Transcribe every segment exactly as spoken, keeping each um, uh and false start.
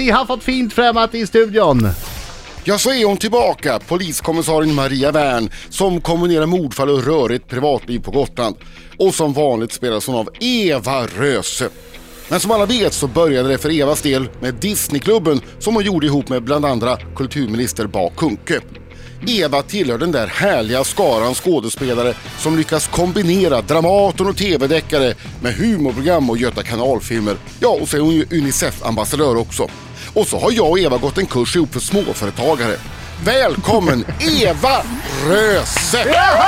vi har fått fint främmat i studion. Ja, så är hon tillbaka, poliskommissarien Maria Wern, som kombinerar mordfall och rörigt privatliv på Gotland. Och som vanligt spelas hon av Eva Röse. Men som alla vet så började det för Evas del med Disneyklubben som hon gjorde ihop med bland andra kulturminister Ba Kunke. Eva tillhör den där härliga skaran skådespelare som lyckas kombinera Dramaten och tv-deckare med humorprogram och Göta kanalfilmer. Ja, och så är hon ju UNICEF-ambassadör också. Och så har jag och Eva gått en kurs ihop för småföretagare. Välkommen Eva Röse!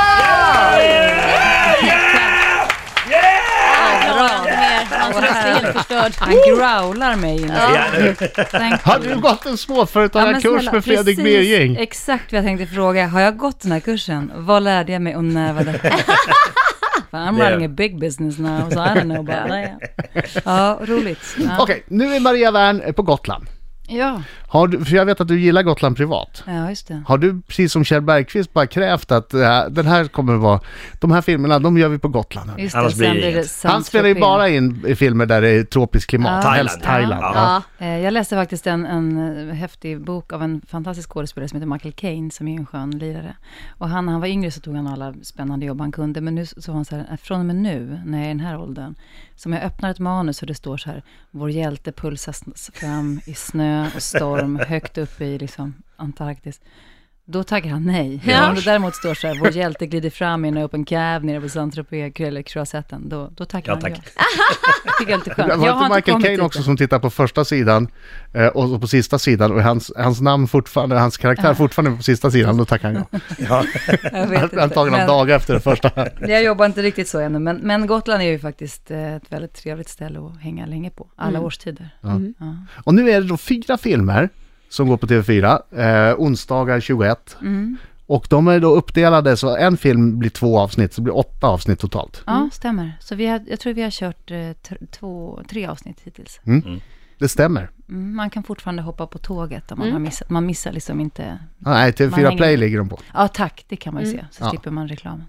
Han growlar mig in. Ja. Har du gått en småföretagarkurs ja, med Fredrik Birging? Exakt vad jag tänkte fråga. Har jag gått den här kursen? Vad lärde jag mig och när var det? I'm running yeah. a big business now, so I don't know about that. Ja, roligt. Ja. Okej, okay, nu är Maria Wern på Gotland. Ja. Har du, för jag vet att du gillar Gotland privat. Ja, just det. Har du, precis som Kjell Bergqvist, bara krävt att äh, den här kommer att vara, de här filmerna, de gör vi på Gotland. Just det, sen blir det Han spelar ju bara in i filmer där det är tropiskt klimat. Ja. Helst Thailand. Ja. Ja. Ja. Jag läste faktiskt en, en häftig bok av en fantastisk skådespelare som heter Michael Caine, som är en skön lirare. Och han, när han var yngre så tog han alla spännande jobb han kunde. Men nu så var han så här, från och med nu, när jag är i den här åldern, som jag öppnar ett manus och det står så här: vår hjälte pulsas fram i snö och storm högt upp i liksom Antarktis. Då taggar han nej. Ja. Om det däremot står så här: vår hjälte glider fram i en open cab nere på Saint-Tropez eller Croisetten, då, då tackar ja, han tack. ja. Det är inte skönt. Det var inte Michael Caine också som tittar på första sidan eh, och på sista sidan, och hans, hans namn fortfarande, hans karaktär ja. fortfarande på sista sidan, då tackar han ja. ja. Antagligen men, dagar efter det första. Jag jobbar inte riktigt så ännu, men, men Gotland är ju faktiskt ett väldigt trevligt ställe att hänga länge på, alla mm. årstider. Ja. Mm. Ja. Och nu är det då fyra filmer som går på T V fyra, eh, onsdagar tjugoett. Mm. Och de är då uppdelade så en film blir två avsnitt, så det blir åtta avsnitt totalt. Ja, mm. stämmer. Så vi har, jag tror vi har kört eh, t- två, tre avsnitt hittills. Mm. Mm. Det stämmer. Mm, man kan fortfarande hoppa på tåget om man mm. har missat. Man missar liksom inte... Ah, nej, T V fyra Play hänger... ligger de på. Ja, tack. Det kan man ju mm. se. Så ja. slipper man reklamen.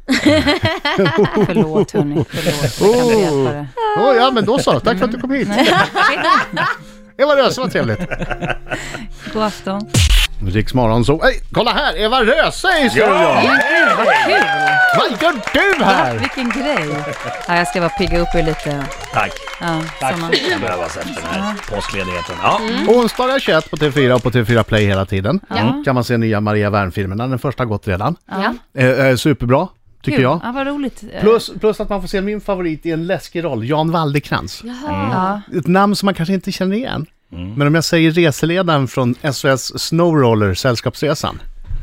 Förlåt, hörni. Förlåt. Jag kan hjälpa det. Oh, ja, men då så. Tack för att du kom hit. Eva Röse, vad trevligt. God afton. Riksmorgon så... Hej, kolla här! Eva Röse i studion! Ja, ja. Vad kul! Vad gör du här? Ja, vilken grej! Ja, jag ska bara pigga upp er lite. Tack. Ja, Tack. Man... Jag behövas efter den här ja. påskledigheten. Ja. Mm. Onsdagar tjugoett på T V fyra och på T V fyra Play hela tiden. Ja. Kan man se nya Maria Wern-filmerna. Den första har gått redan. Ja. Eh, eh, superbra. Tycker jag. Ja, vad roligt. Plus, plus att man får se min favorit i en läskig roll, Jan Waldekrans. Mm. Ja. Ett namn som man kanske inte känner igen. Mm. Men om jag säger reseledaren från S O S Snowroller, Sällskapsresan.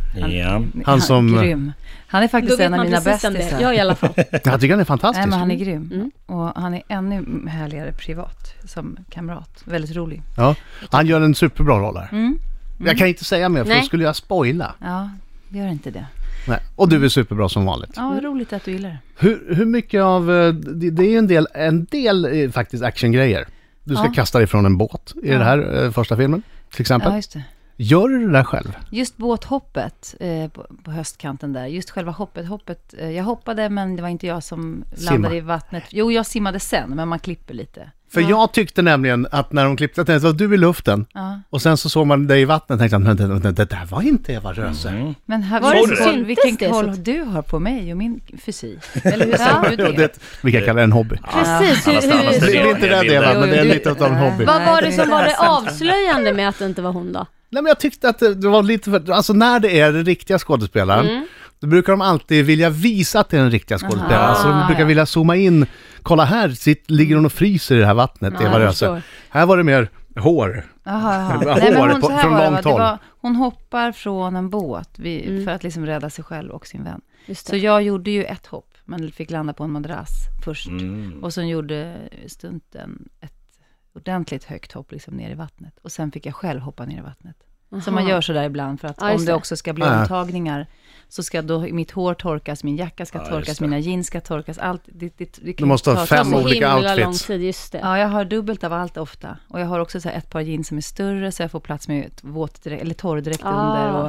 Ja. Han som... Han är grym. Han är faktiskt en av mina bästisar. Ja, i alla fall. Jag tycker han är fantastisk. Nej, men han är grym. Mm. Och han är ännu härligare privat som kamrat. Väldigt rolig. Ja, han gör en superbra roll där. Mm. Mm. Jag kan inte säga mer för Nej. då skulle jag spoila. Ja, gör inte det. Nej. Och du är superbra som vanligt. Ja, roligt att du gillar det. Hur, hur mycket av... Det, det är en del, en del faktiskt actiongrejer. Du ska ja. kasta dig från en båt i ja. den här eh, första filmen, till exempel. Ja, just det. Gör du det där själv? Just båthoppet eh, på, på höstkanten där. Just själva hoppet. hoppet eh, jag hoppade, men det var inte jag som Simma. landade i vattnet. Jo, jag simmade sen, men man klipper lite. För ja. jag tyckte nämligen att när de klippte, jag tänkte att du i luften. Ja. Och sen så såg man dig i vattnet och tänkte att det, det, det där var inte Eva Röse. Mm. Men här, var det så, vilken koll du har på mig och min fysik. Eller hur sa du det? det? Vi kan kalla det en hobby. Precis. Ja. Hur, hur, det är inte det, Eva, men det är lite av en hobby. Vad var det som var det avslöjande med att det inte var hon då? Nej, men jag tyckte att det, det var lite för, alltså när det är den riktiga skådespelaren, mm. då brukar de alltid vilja visa att det är den riktiga skådespelaren. Aha, alltså de brukar ja. vilja zooma in, kolla här, sitt, ligger hon och fryser i det här vattnet, ja, Eva Röse. Här var det mer hår. Aha, aha. hår Nej, men hon, på, så här från var långt det, håll. det var, hon hoppar från en båt vid, mm. för att liksom rädda sig själv och sin vän. Så jag gjorde ju ett hopp, men fick landa på en madrass först. Mm. Och sen gjorde stunten ett ordentligt högt hopp liksom ner i vattnet. Och sen fick jag själv hoppa ner i vattnet. Aha. Så man gör så där ibland för att ja, om det också ska bli omtagningar så ska då mitt hår torkas, min jacka ska ja, torkas, mina jeans ska torkas, allt. Det, det, det du måste ha fem olika outfits. Tid, just det. Ja, jag har dubbelt av allt ofta. Och jag har också så här ett par jeans som är större så jag får plats med ett våt direkt, eller torrdräkt ah. under och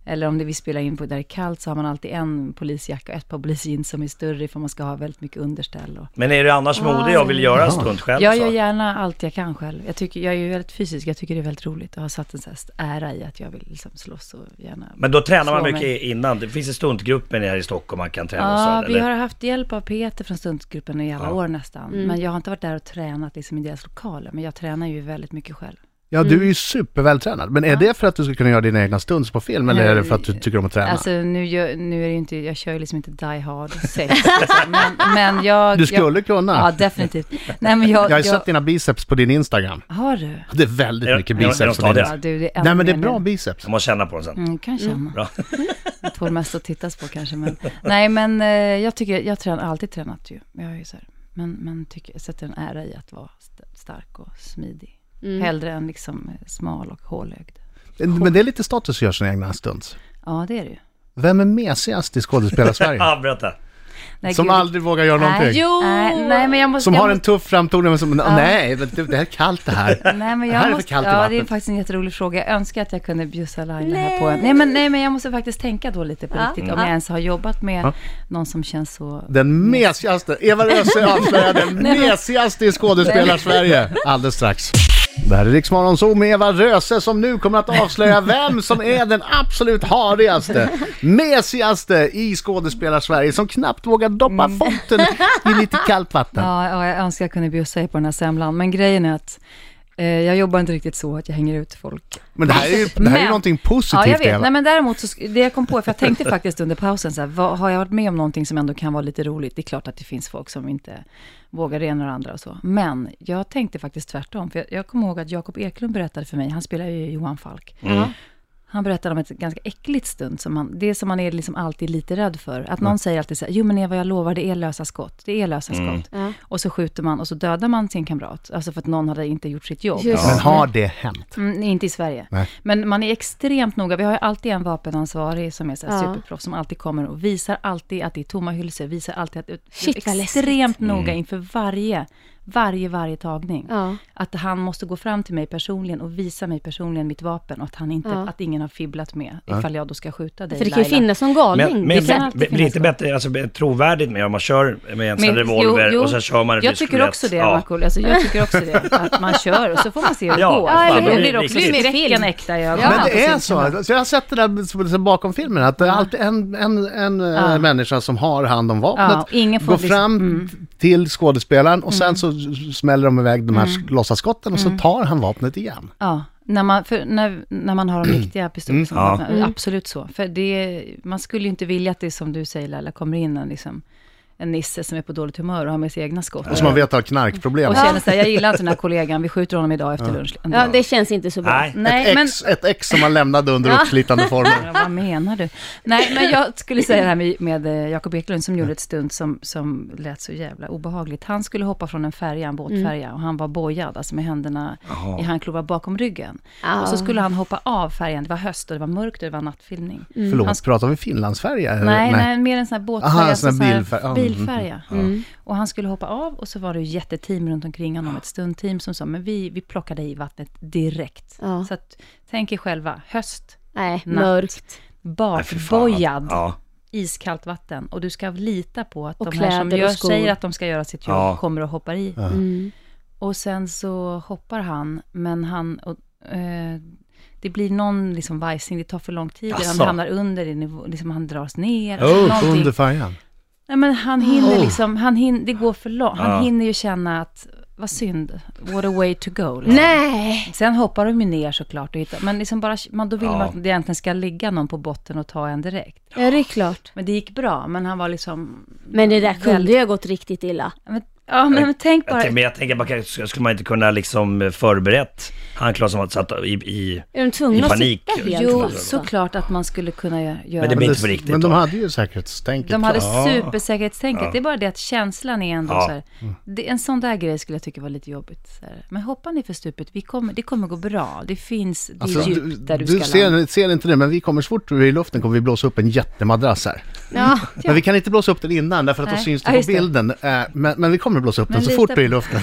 Eller om det vi spelar in på där det är kallt så har man alltid en polisjacka och ett par polisjeans som är större för man ska ha väldigt mycket underställ. Och... Men är du annars modig och vill göra en stund själv? Jag så? gör gärna allt jag kan själv. Jag, tycker, jag är ju väldigt fysisk, jag tycker det är väldigt roligt och har satt en sån här ära i att jag vill liksom slåss och gärna. Men då tränar man mycket mig. innan. Det finns en stuntgrupp här i Stockholm man kan träna. Ja, så, vi eller? har haft hjälp av Peter från stuntgruppen i alla Ja. år nästan. Mm. Men jag har inte varit där och tränat liksom i deras lokaler. Men jag tränar ju väldigt mycket själv. Ja, du är ju supervältränad. Men är det för att du ska kunna göra dina egna stunts på film? Eller är det för att du tycker om att träna? Alltså nu, gör, nu är det ju inte, jag kör ju liksom inte Die Hard sex. men, men jag... Du skulle jag, kunna. Ja, definitivt. Nej, men jag, Jag har ju jag, sett dina biceps på din Instagram. Har du? Det är väldigt Är- mycket är de- är de biceps på din stadiga? Ja, Instagram. du, det är Nej, men det är ännu bra mer. biceps. Jag måste känna på den sen. Mm, kan känna. Bra. Det tål mest att tittas på kanske. Men, nej, men eh, jag tycker, jag har alltid tränat ju. Jag är ju så här, men, men tycker, jag sätter en ära i att vara st- stark och smidig. Mm. Hellre än liksom eh, smal och hålögd. Men det är lite status att göra sina egna stunts. Ja, det är det ju. Vem är mesigast i skådespelarsverige? Ja, berätta. Nej, Som gud, aldrig vågar göra någonting. Nej, Jo! nej, nej, men jag måste... Som jag har en måste, tuff framtoning men som, nej, det det här är kallt det här. nej, men Det jag här är för måste, kallt i ja, det är vattnet. faktiskt en jätterolig fråga. Jag önskar att jag kunde bjussa Laila här Nej. på en. Nej men, nej, men jag måste faktiskt tänka då lite på Ja. riktigt. Om Mm. jag ens har jobbat med Ja. någon som känns så... Den mesigaste, Eva Röse avslöjar den mesigaste i skådespelarsverige. Alldeles strax. Det här är Rix Morgon Zoo med Eva Röse som nu kommer att avslöja vem som är den absolut harigaste, mesigaste i skådespelarsverige som knappt vågar doppa foten i lite kallt vatten. Ja, ja, jag önskar jag kunde bjussa er på den här semlan. Men grejen är att eh, jag jobbar inte riktigt så att jag hänger ut folk. Men det här är ju, det här är ju Men- någonting positivt, Ja, jag vet. Eva. Nej, men däremot så, sk- det jag kom på, för jag tänkte faktiskt under pausen så här, vad, har jag varit med om någonting som ändå kan vara lite roligt? Det är klart att det finns folk som inte vågar det ena och det andra och så. Men jag tänkte faktiskt tvärtom. För jag, jag kommer ihåg att Jakob Eklund berättade för mig, han spelar ju Johan Falk. Mm. Han berättade om ett ganska äckligt stund, som man, det som man är liksom alltid lite rädd för. Att någon säger alltid så här, jo men Eva, jag lovar, det är lösa skott. Det är lösa skott. Ja. Och så skjuter man och så dödar man sin kamrat. Alltså för att någon hade inte gjort sitt jobb. Just. Men har det hänt? Mm, inte i Sverige. Nej. Men man är extremt noga. Vi har ju alltid en vapenansvarig som är så här Ja. superproffs, som alltid kommer och visar alltid att det är tomma hylsor. Visar alltid att det Shit, vad är läskigt. extremt noga inför varje, varje, varje tagning. Ja. Att han måste gå fram till mig personligen och visa mig personligen mitt vapen och att, han inte, Ja. att ingen har fibblat med ifall jag då ska skjuta dig, För det kan ju Laila. finnas som galning. Men, Det men kan kan blir alltid blir det finnas inte så. bättre, alltså trovärdigt med om man kör med en sån Men- revolver jo, jo. och så kör man en Jag rysk tycker roulette? också det, Ja. Marco. Alltså, jag tycker också det. Att man kör och så får man se hur det Ja, går. ja, För eller då hur? blir det också Riktigt. skräcken äkta i ögonen. Men på det är sin så. kamrat. Alltså, jag har sett det där som bakom filmen, att det är alltid en, en, en Ja. äh, människa som har hand om vapnet, Ja, ingen får går bli- fram mm. till skådespelaren och sen så s- smäller de iväg de här mm. låtsasskotten och så tar han vapnet igen. Ja, när man, för när, när man har de riktiga pistolerna. som Ja. vapen, absolut så. För det, man skulle ju inte vilja att det som du säger, Laila, kommer in en, liksom, en nisse som är på dåligt humör och har med sig egna skott. Och som man vet har knarkproblem. Och känner så här, jag gillar inte den här kollegan, vi skjuter honom idag efter lunch. En Ja, dag. det känns inte så bra. Nej. Nej, ett, men... ex, ett ex som man lämnade under uppslitande former. Ja, vad menar du? Nej, men jag skulle säga det här med, med eh, Jakob Eklund som gjorde ett stund som, som lät så jävla obehagligt. Han skulle hoppa från en färja, en båtfärja, och han var bojad, alltså med händerna i handklovar bakom ryggen. Ja. Och så skulle han hoppa av färjan, det var höst och det var mörkt och det var nattfilmning. Förlåt, Han- pratar vi Finlandsfärja? eller? Nej, nej, mer en sån här båtfärja. Aha, en alltså sån här så här bilfär- ja, bilfärja. mm, Mm. Och han skulle hoppa av och så var det ju jätteteam runt omkring honom, ett stundteam som sa, men vi, vi plockar dig i vattnet direkt. Ja. Så att, tänk er själva, höst, Nej, Natt. mörkt. Nej, fy fan. bakbojad, Ja. iskallt vatten. Och du ska lita på att Och de här som kläder och gör, skor. säger att de ska göra sitt jobb Ja. kommer och hoppar i. Mm. Och sen så hoppar han, men han... Och, eh, det blir någon liksom vajsning, det tar för lång tid. Han Asså. hamnar under, i nivå, liksom han dras ner. Oh, någonting. under färjan. Nej, men han hinner Oh. liksom, han hin, det går för långt. Han Ja. hinner ju känna att, vad synd, what a way to go. Liksom. Nej! Sen hoppar de ju ner såklart och hittar, men liksom bara, man, då vill Ja. man att det egentligen ska ligga någon på botten och ta en direkt. Ja, det är klart. Men det gick bra, men han var liksom... Men det där kunde väldigt- ju ha gått riktigt illa. Men, ja, men, men tänk Jag bara... tänker, men jag tänker, man kan, skulle man inte kunna liksom förberett handklar som var satt i, i Är de tvungna I att panik. sitta helt Jo, fast? såklart att man skulle kunna göra Men det det. blir inte för riktigt Men de då. hade ju säkerhetstänket. De hade klart. supersäkerhetstänket. Ja. Det är bara det att känslan är ändå Ja. så här. Det, en sån där grej skulle jag tycka var lite jobbigt. Så här. Men hoppar ni för stupet, vi kommer, det kommer gå bra. Det finns, det är Alltså, djupt du där du, du ska landa. ser, ser inte det, men vi kommer så fort vi är i luften kommer vi blåsa upp en jättemadrass här. Ja. Men vi kan inte blåsa upp den innan, därför att då Nej. syns det Ja, på just det. bilden. Eh, Men, men vi kommer blåsa upp den Men så lita fort på- vi är i luften.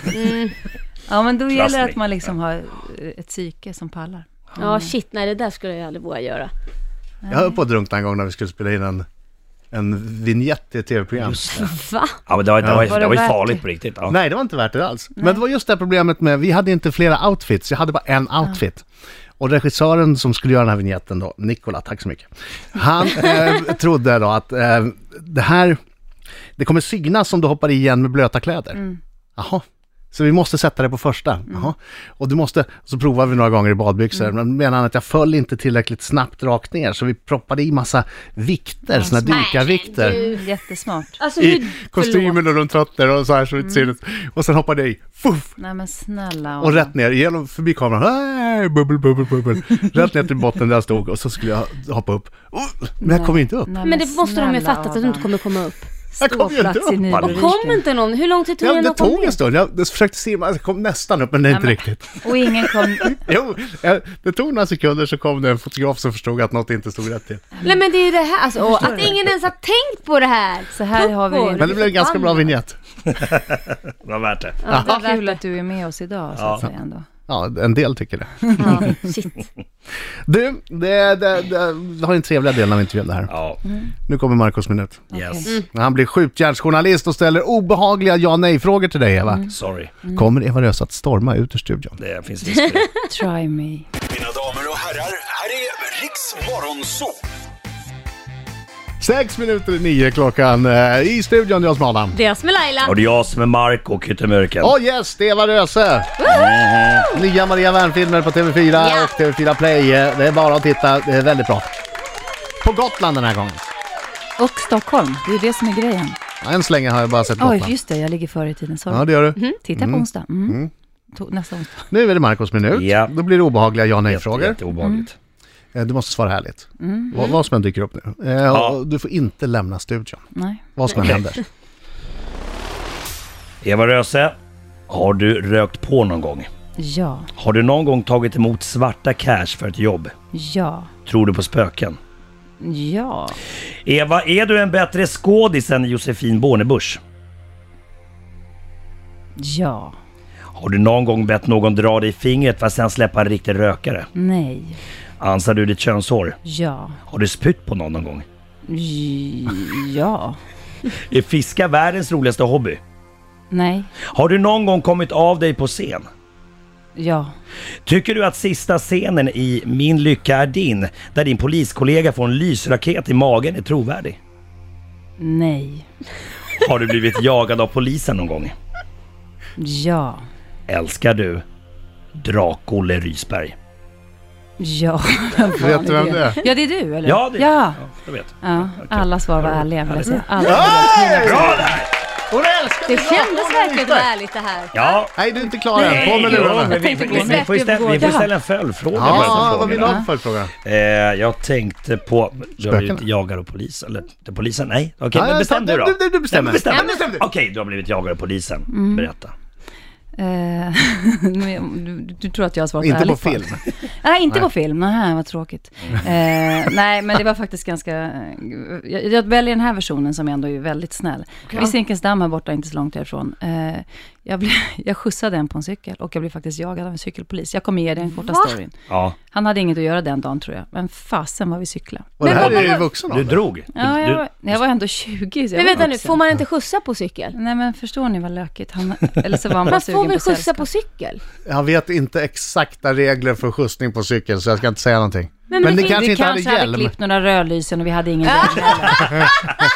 Ja, men då Trust gäller det me. att man liksom har eh, ett psyke som pallar. Ja, shit, nej det där skulle jag aldrig våga göra. Jag höll på att drunkna en gång när vi skulle spela in en, en vignett i ett tv-program. Va? Ja, men det var, det var, Var det det var ju värt farligt det? på riktigt. Ja. Nej, det var inte värt det alls. Men det var just det problemet med, vi hade inte flera outfits, jag hade bara en outfit. Och regissören som skulle göra den här vignetten då, Nikola, tack så mycket. Han eh, trodde då att eh, det här, det kommer synas om du hoppar i igen med blöta kläder. Mm. Jaha. Så vi måste sätta det på första. Mm. Jaha. Och du måste, så provade vi några gånger i badbyxor. Men menar han att jag föll inte tillräckligt snabbt rakt ner. Så vi proppade i massa vikter, såna dykarvikter. Mm, jättesmart. Alltså, I hur, kostymen och runt fötter och så här så det inte syns. Och sen hoppade jag i. Fuff! Nej men snälla. Och rätt ner, genom, förbi kameran. Hey, bubbel, bubbel, bubbel. Rätt ner till botten där jag stod. Och så skulle jag hoppa upp. Oh, men jag kom inte upp. Nej, men det måste de ju snälla, fattat att du inte kommer komma upp. Jag kom ju inte Ståplats i upp. Nybro. Och kom inte någon? Hur lång tid tog Ja, det det att komma tog en ner? stund. Jag, jag försökte simma, jag kom nästan upp men det är inte men- riktigt. Och ingen kom... Jo, jag, det tog några sekunder så kom det en fotograf som förstod att något inte stod rätt till. Nej men det är ju det här, alltså, och att ingen ens har tänkt på det här. Så här har vi... Men det blev en ganska bra vignett. Det var värt det. Ja, det är värt kul det. att du är med oss idag så Ja. att säga ändå. Ja, en del tycker det. Ja, shit. Du, det, det, det, vi har en trevliga del av intervjun det här. Ja, Nu kommer Marcos minut. yes. När han blir skjutjärnsjournalist och ställer obehagliga ja-nej-frågor till dig, Eva. Sorry. Kommer Eva Rös att storma ut ur studion? Det finns risk för det. Try me. Mina damer och herrar, här är Riks Morgonzoo. Sex minuter i nio klockan eh, i studion, jag som Adam. Deras med Laila. Och det är jag som är Mark och Kyttemörken. Oh yes, det är Eva Röse. Nya Maria Wern-filmer på T V fyra Ja. och T V fyra Play. Det är bara att titta, det är väldigt bra. På Gotland den här gången. Och Stockholm, det är det som är grejen. Ja, än så länge har jag bara sett Oj, Gotland. just det, jag ligger före i tiden. Sorry. Ja, det gör du. Titta på onsdag. Mm. To- nästa onsdag. Nu är det Marcos minut. Ja. Då blir det obehagliga Jätte, ja-nej-frågor. jätteobehagligt. Eh, Du måste svara härligt. Vad, vad som än dyker upp nu. Eh, och Du får inte lämna studion. Nej. Vad som än händer. Eva Röse, har du rökt på någon gång? Ja. Har du någon gång tagit emot svarta cash för ett jobb? Ja. Tror du på spöken? Ja. Eva, är du en bättre skådis än Josefin Bornebusch? Ja. Har du någon gång bett någon dra dig i fingret för att sen släppa en riktig rökare? Nej. Ansar du ditt könshår? Ja. Har du spytt på någon någon gång? J- Ja. Är fiska världens roligaste hobby? Nej. Har du någon gång kommit av dig på scen? Ja. Tycker du att sista scenen i Min lycka är din, där din poliskollega får en lysraket i magen, är trovärdig? Nej. Har du blivit jagad av polisen någon gång? Ja. Älskar du Drak-Olle Rysberg? Ja. Vet du vem det är? Ja, det är du, eller? Ja, det- Ja. Jag vet. Ja. Alla svar var ärliga, vill jag säga. Alla. Bra där! Hon älskar Det kändes verkligen ärligt det här. Ja. Nej, du är inte klar än. På med Jo, lurarna. men vi, vi, vi, vi får ju ställa, vi får ställa en följdfråga på Ja, dessa vad vill du frågorna. ha för följdfråga? Eh, jag tänkte på... Du har blivit Spökena. jagad av polis, eller till polisen? Nej, okej, Ja, men ja, bestäm ta- du då. du- du- du bestämmer. Nej, bestäm. Ja, bestäm du. Okej, du har blivit jagad av polisen. Mm. Berätta. Eh, men du, du tror att jag har svarat Inte på ärligt film. Nej, inte på film. Nej, vad tråkigt. Eh, nej, men det var faktiskt ganska... Jag, jag väljer den här versionen som ändå är väldigt snäll. Vid Zinkensdamm här borta, inte så långt härifrån. Eh, jag, blev, jag skjutsade en på en cykel och jag blev faktiskt jagad av en cykelpolis. Jag kommer ge dig den korta Va? storyn. Ja, Han hade inget att göra den dagen, tror jag. Men fasen vad vi cyklade. Och det Men här vad- är ju vad- vuxen du ålder. drog. Ja, du, jag, var- jag var ändå tjugo. Så jag Men var vänta nu, vuxen. får man inte skjutsa på cykel? Nej, men förstår ni vad lökigt? Han, eller så var han bara Man sugen får väl på skjutsa sällskap. på cykel? Jag vet inte exakta regler för skjutsning på cykel så jag ska inte säga någonting. Men Men det det finns- kanske Vi inte hade kanske hade hjälm. klippt några rödlysen och vi hade ingen hjälm heller.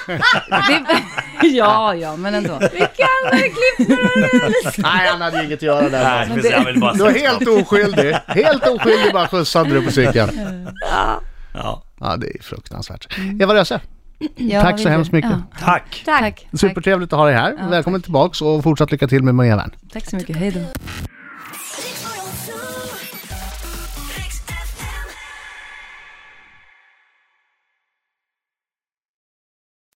det, ja, ja, men ändå. Vi kan ha klippt några. Nej, han hade ju inget att göra där. Nej, bara. precis, jag vill bara Du var säga helt oskyldig. Helt oskyldig bara skjutsade du på cykeln. Ja. Ja, det är fruktansvärt. Eva Röse, Ja, tack så vi- hemskt mycket. Ja, Tack! tack. Tack. supertrevligt att ha dig här. Ja, Välkommen tillbaks och fortsatt lycka till med Maria Wern. Tack så mycket. Hej då.